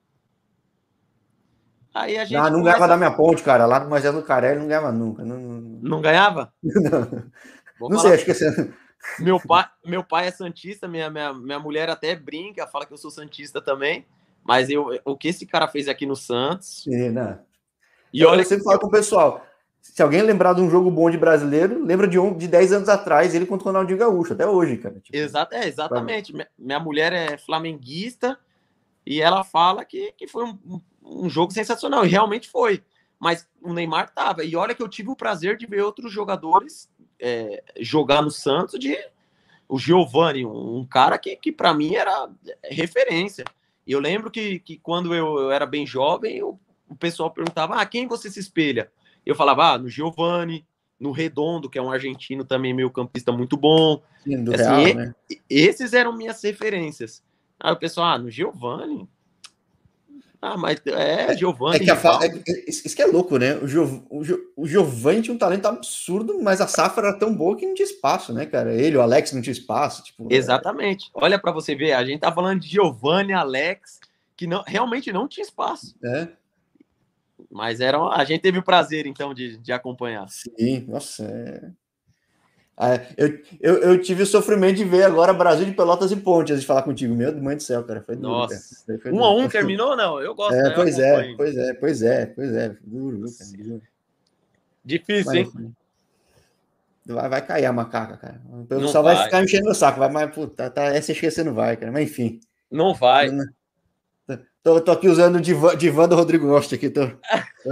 Aí a gente Não, não começa... ganhava da minha ponte, cara. Lá no Moisés do Carelli não ganhava nunca. Não, não ganhava? não, Vou não falar sei, acho que assim, Meu pai, meu pai é santista, minha, minha, minha mulher até brinca, fala que eu sou santista também, mas eu, o que esse cara fez aqui no Santos... Sim, né? E Eu, eu olha que... sempre falo com o pessoal, se alguém lembrar de um jogo bom de brasileiro, lembra de um de dez anos atrás, ele contra o Ronaldinho Gaúcho, até hoje, cara. Tipo, Exato, é, pra... exatamente. Minha mulher é flamenguista e ela fala que, que foi um, um jogo sensacional, e realmente foi. Mas o Neymar tava. E olha que eu tive o prazer de ver outros jogadores é, jogar no Santos, de o Giovani, um, um cara que, que para mim era referência. E eu lembro que, que quando eu, eu era bem jovem, eu, o pessoal perguntava, ah, quem você se espelha? Eu falava, ah, no Giovani, no Redondo, que é um argentino também meio campista muito bom. Sim, do Assim, Real, e, né? esses eram minhas referências. Aí o pessoal, ah, no Giovani? Ah, mas é É Giovani, que a fa... é, Rivaldo. isso que é louco, né? O, Gio... o, Gio... o Giovani tinha um talento absurdo, mas a safra era tão boa que não tinha espaço, né, cara? Ele, o Alex, não tinha espaço. Tipo, é... Exatamente. Olha para você ver, a gente tá falando de Giovani, Alex, que não, realmente não tinha espaço. é. Mas era, a gente teve o prazer, então, de, de acompanhar. Sim, nossa. É... É, eu, eu, eu tive o sofrimento de ver agora Brasil de Pelotas e Ponte, antes de falar contigo. Meu Deus do céu, cara, foi duro, cara. Nossa. Foi Um a duro. um terminou, não? Eu gosto, É, né? Eu pois é, acompanho. pois é, pois é, pois é. Duro, viu, cara? Duro. Difícil, Mas hein? vai, vai cair a macaca, cara. O Não pessoal vai vai. ficar enchendo o saco, vai, mas puta, tá, essa esquecendo vai, cara. Mas enfim. Não vai. Tô, tô aqui usando o divã, divã do Rodrigo Gosta aqui. Tô, tô...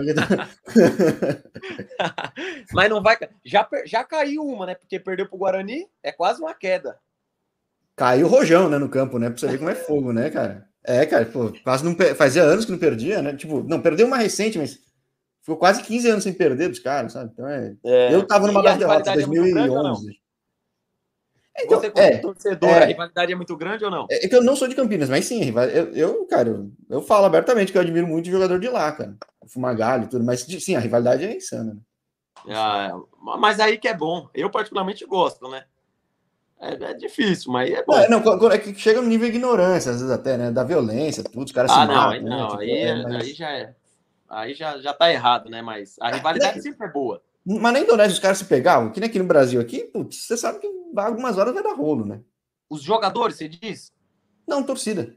Mas não vai. Já, já caiu uma, né? Porque perdeu pro Guarani, é quase uma queda. Caiu o rojão, né, no campo, né? Pra você ver como é fogo, né, cara? É, cara, pô, quase não fazia anos que não perdia, né? Tipo, não, perdeu uma recente, mas ficou quase quinze anos sem perder dos caras, sabe? Então é. É, Eu tava numa e a das derrotas, rivalidade é muito grande ou não? dois mil e onze. Então, Você, como é, torcedor, a é, rivalidade é muito grande ou não? é que eu não sou de Campinas, mas sim, eu, eu cara, eu, eu falo abertamente que eu admiro muito o jogador de lá, cara. O Fumagalli e tudo, mas sim, a rivalidade é insana, né? Ah, mas aí que é bom. Eu, particularmente, gosto, né? É, é difícil, mas é Não, bom. não, quando- é que chega no nível de ignorância, às vezes até, né? Da violência, tudo, os caras se Ah, não, aí matam, né? não. Tipo, Aí, é, aí mas. já é. Aí já, já tá errado, né? Mas a rivalidade Nem- sempre é boa. mas na Indonésia os caras se pegavam, que nem aqui no Brasil aqui, putz, você sabe que algumas horas vai dar rolo, né? Os jogadores, você diz? Não, torcida.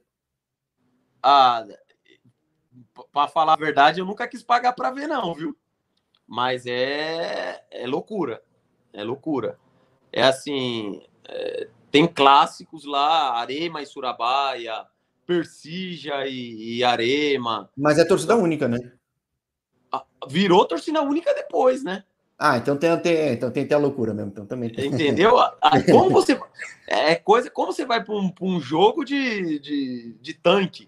Ah, para falar a verdade, eu nunca quis pagar para ver, não, viu? Mas é, é loucura. É loucura. É assim, é, tem clássicos lá, Arema e Surabaya, Persija e, e Arema. Mas é torcida Então, única, né? virou torcida única depois, né? Ah, então tem, tem, então tem até a loucura mesmo. Então também tem. Entendeu? Como você é coisa, como você vai para um, um jogo de, de, de tanque,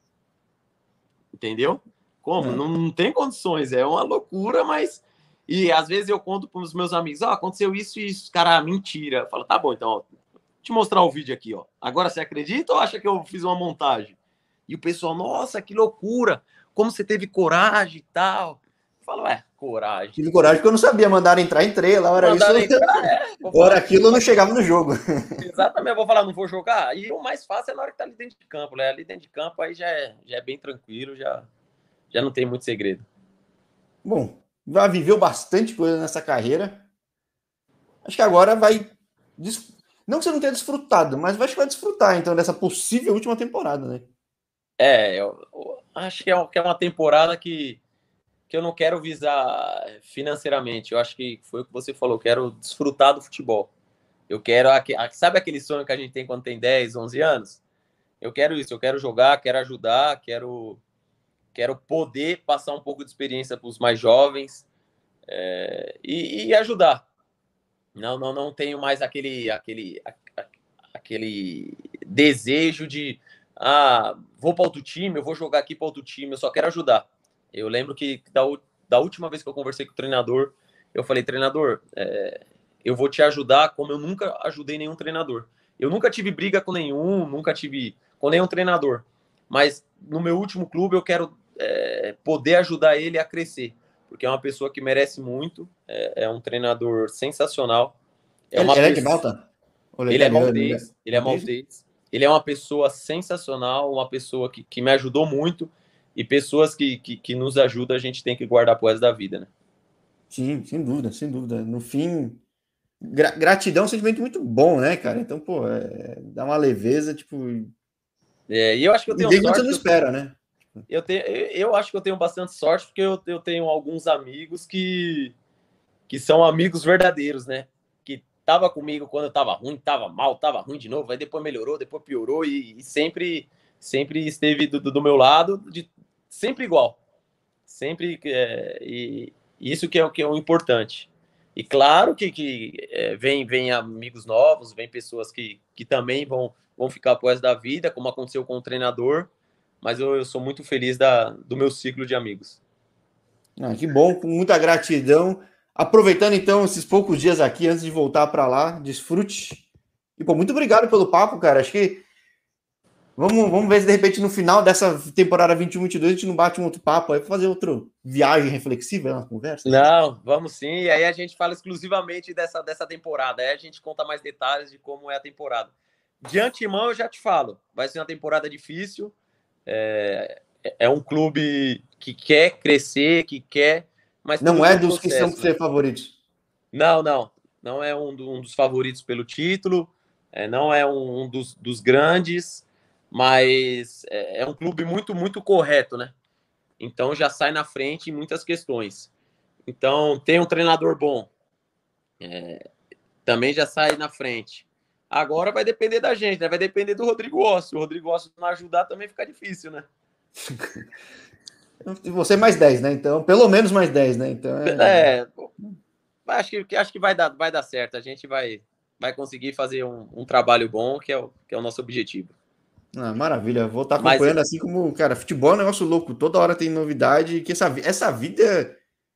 entendeu? Como? É. Não, não tem condições, é uma loucura, mas. E às vezes eu conto para os meus amigos: ó, oh, aconteceu isso e isso, cara, mentira. Eu falo: tá bom, então, ó, vou te mostrar o vídeo aqui, ó. Agora você acredita ou acha que eu fiz uma montagem? E o pessoal: nossa, que loucura, como você teve coragem e tal. Eu falo: é, coragem. Tive coragem porque eu não sabia mandar entrar, entrei, lá era isso. Mandaram entrar, é, vou Ou era falar, aquilo, eu não chegava no jogo. exatamente, eu vou falar, não vou jogar. E o mais fácil é na hora que tá ali dentro de campo, né? Ali dentro de campo aí já é, já é bem tranquilo, já, já não tem muito segredo. Bom, já viveu bastante coisa nessa carreira. Acho que agora vai. Não que você não tenha desfrutado, mas vai, vai desfrutar, então, dessa possível última temporada, né? É, eu, eu acho que é, que é uma temporada que, que eu não quero visar financeiramente. Eu acho que foi o que você falou, eu quero desfrutar do futebol. Eu quero. Sabe aquele sonho que a gente tem quando tem dez, onze anos? Eu quero isso, eu quero jogar, quero ajudar, quero, quero poder passar um pouco de experiência para os mais jovens é, e, e ajudar. Não, não, não tenho mais aquele, aquele, aquele desejo de ah, vou para outro time, eu vou jogar aqui para outro time, eu só quero ajudar. Eu lembro que da, da última vez que eu conversei com o treinador, eu falei, treinador, é, eu vou te ajudar como eu nunca ajudei nenhum treinador. Eu nunca tive briga com nenhum, nunca tive com nenhum treinador. Mas no meu último clube eu quero é, poder ajudar ele a crescer, porque é uma pessoa que merece muito, é, é um treinador sensacional. É Ele, uma ele é de pessoa... Malta? Ou ele é Ele é italiano? Ele é... maltês, ele é maltês. Ele é uma pessoa sensacional, uma pessoa que, que me ajudou muito, e pessoas que, que, que nos ajudam a gente tem que guardar pro resto da vida, né? Sim, sem dúvida, sem dúvida. No fim, gra gratidão é um sentimento muito bom, né, cara? Então, pô, é, dá uma leveza, tipo. É, e eu acho que eu E tenho vem quando você sorte. não Eu, espera, né? eu, tenho, eu acho que eu tenho bastante sorte, porque eu, eu tenho alguns amigos que, que são amigos verdadeiros, né? Que tava comigo quando eu tava ruim, tava mal, tava ruim de novo, aí depois melhorou, depois piorou, e, e sempre, sempre esteve do, do meu lado, de, sempre igual. Sempre é, e isso que é o que é o importante. E claro que, que é, vem, vem amigos novos, vem pessoas que, que também vão, vão ficar pro resto da vida, como aconteceu com o treinador, mas eu, eu sou muito feliz da, do meu ciclo de amigos. Ah, que bom, com muita gratidão. Aproveitando então esses poucos dias aqui antes de voltar para lá, desfrute. E pô, muito obrigado pelo papo, cara. Acho que vamos, vamos ver se de repente no final dessa temporada vinte e um, vinte e dois a gente não bate um outro papo aí para fazer outra viagem reflexiva na conversa. Não, vamos sim. E aí a gente fala exclusivamente dessa, dessa temporada. Aí a gente conta mais detalhes de como é a temporada. De antemão, eu já te falo, vai ser uma temporada difícil. É, é um clube que quer crescer, que quer, mas tudo Não tem é um dos que são processo, né? ser favoritos. Não, não. Não é um, do, um dos favoritos pelo título, é, não é um, um dos, dos, grandes, mas é, é um clube muito, muito correto, né? Então já sai na frente em muitas questões. Então, tem um treinador bom, é, também já sai na frente. Agora vai depender da gente, né? Vai depender do Rodrigo Ossi. Se o Rodrigo Ossi não ajudar, também fica difícil, né? Você mais dez, né? Então, pelo menos mais dez, né? Então é. É, acho que, acho que vai, dar, vai dar certo. A gente vai, vai conseguir fazer um, um trabalho bom, que é, o, que é o nosso objetivo. Ah, maravilha, vou estar Mas acompanhando assim como, cara, futebol é um negócio louco, toda hora tem novidade, que essa, essa vida.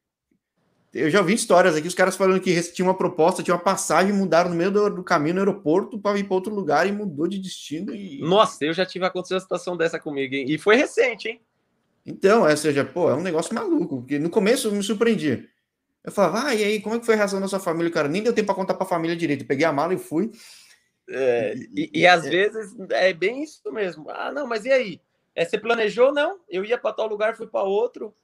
Eu já ouvi histórias aqui, os caras falando que tinha uma proposta, tinha uma passagem, mudaram no meio do, do caminho no aeroporto para ir para outro lugar e mudou de destino. E... Nossa, eu já tive acontecido uma situação dessa comigo, hein? E foi recente, hein? Então, é, seja, pô, é um negócio maluco, porque no começo eu me surpreendia. Eu falava, ah, e aí, como é que foi a reação da sua família, cara? Nem deu tempo para contar para a família direito. Eu peguei a mala e fui. É, e, e, e às vezes é bem isso mesmo. Ah, não, mas e aí? É, você planejou? Não, eu ia para tal lugar, fui para outro.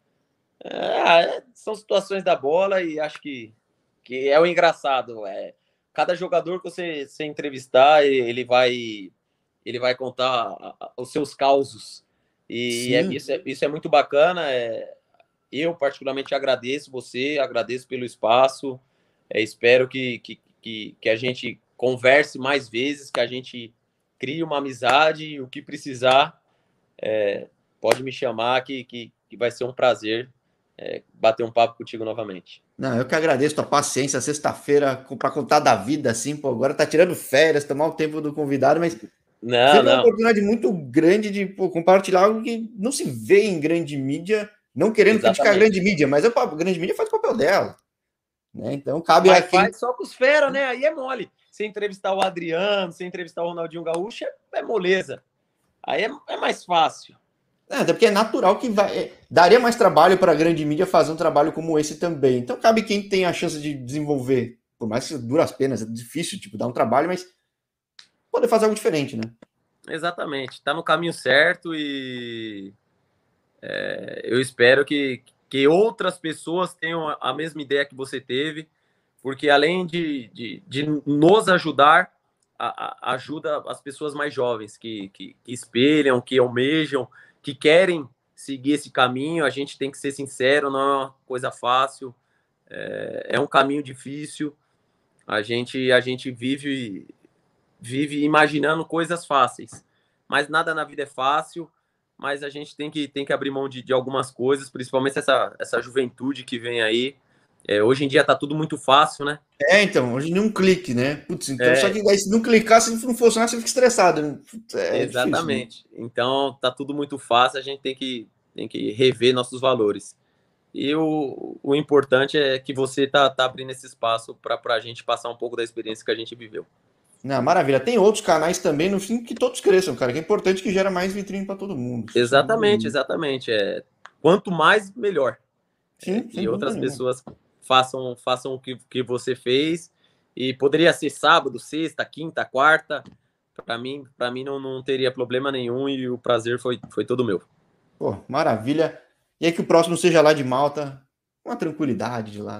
É, são situações da bola e acho que, que é o engraçado. É, cada jogador que você, você entrevistar, ele vai, ele vai contar os seus causos. E é, isso, é, isso é muito bacana. É, eu, particularmente, agradeço você, agradeço pelo espaço. É, espero que, que, que, que a gente converse mais vezes, que a gente crie uma amizade. O que precisar, é, pode me chamar, que, que, que vai ser um prazer é, bater um papo contigo novamente. Não, eu que agradeço a paciência, sexta-feira, para contar da vida, assim, pô, agora tá tirando férias, tomar o tempo do convidado, mas Não, sempre é uma não. oportunidade muito grande de pô, compartilhar algo que não se vê em grande mídia, não querendo criticar a grande Exatamente. mídia, mas a grande mídia faz o papel dela. Né? Então cabe a Mas quem. faz só com os fera, né? Aí é mole. Você entrevistar o Adriano, você entrevistar o Ronaldinho Gaúcho, é moleza. Aí é, é mais fácil. É, até porque é natural que vai. É, daria mais trabalho para a grande mídia fazer um trabalho como esse também. Então cabe quem tem a chance de desenvolver, por mais que dure as penas, é difícil, tipo, dar um trabalho, mas poder fazer algo diferente, né? Exatamente. Está no caminho certo e é, eu espero que, que outras pessoas tenham a mesma ideia que você teve, porque além de, de, de nos ajudar, a, a, ajuda as pessoas mais jovens que, que, que espelham, que almejam, que querem seguir esse caminho. A gente tem que ser sincero, não é uma coisa fácil, é, é um caminho difícil. A gente, a gente vive, vive imaginando coisas fáceis, mas nada na vida é fácil. Mas a gente tem que, tem que abrir mão de, de algumas coisas, principalmente essa, essa juventude que vem aí. É, hoje em dia tá tudo muito fácil, né? É, então, hoje nem um clique, né? Putz, então, só É, que daí se não clicar, se não funcionar, você fica estressado. Putz, é difícil, né? exatamente. Então tá tudo muito fácil, a gente tem que, tem que rever nossos valores. E o, o importante é que você tá, tá abrindo esse espaço para a gente passar um pouco da experiência que a gente viveu. Não, maravilha. Tem outros canais também, no fim, que todos cresçam, cara. Que é importante que gera mais vitrine para todo mundo. Sem dúvida Exatamente, nenhuma. exatamente. É, quanto mais, melhor. É, Sim, sem que dúvida outras nenhuma. pessoas façam, façam o que, que você fez. E poderia ser sábado, sexta, quinta, quarta. Para mim, para mim não, não teria problema nenhum e o prazer foi, foi todo meu. Pô, maravilha. E aí que o próximo seja lá de Malta, uma tranquilidade de lá, né?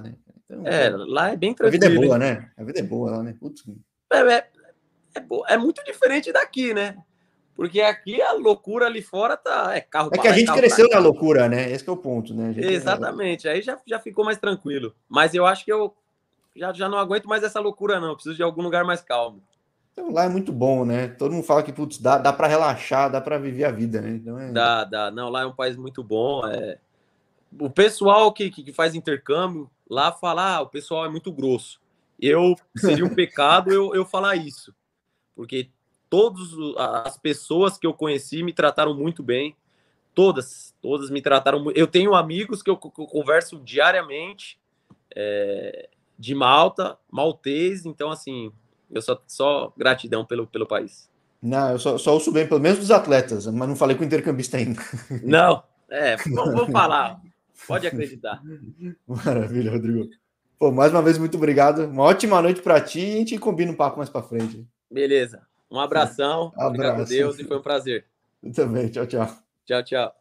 Então, É, pô, lá é bem a vida é tranquilo. boa, né? A vida é boa lá, né? Putz. É, é, é, bo- é muito diferente daqui, né? Porque aqui a loucura ali fora tá. É carro É pra que a lá, é gente carro pra cresceu na cá. loucura, né? Esse que é o ponto, né? A gente é... Exatamente. Aí já, já ficou mais tranquilo. Mas eu acho que eu já, já não aguento mais essa loucura, não. Eu preciso de algum lugar mais calmo. Então, lá é muito bom, né? Todo mundo fala que, putz, dá, dá para relaxar, dá para viver a vida, né? Então é... Dá, dá. Não, lá é um país muito bom. É... O pessoal que, que faz intercâmbio lá fala, ah, o pessoal é muito grosso. Eu seria um pecado eu, eu falar isso, porque todas as pessoas que eu conheci me trataram muito bem, todas, todas me trataram muito. Eu tenho amigos que eu, que eu converso diariamente é, de Malta, maltês, então assim, eu só, só gratidão pelo, pelo país. Não, eu só, só ouço bem, pelo menos dos atletas, mas não falei com o intercambista ainda. Não, é, vamos, vamos falar, pode acreditar. Maravilha, Rodrigo. Pô, mais uma vez, muito obrigado. Uma ótima noite para ti e a gente combina um papo mais para frente. Beleza, um abração, fica com Abraço. Deus e foi um prazer. Eu também. Tchau, tchau. Tchau, tchau.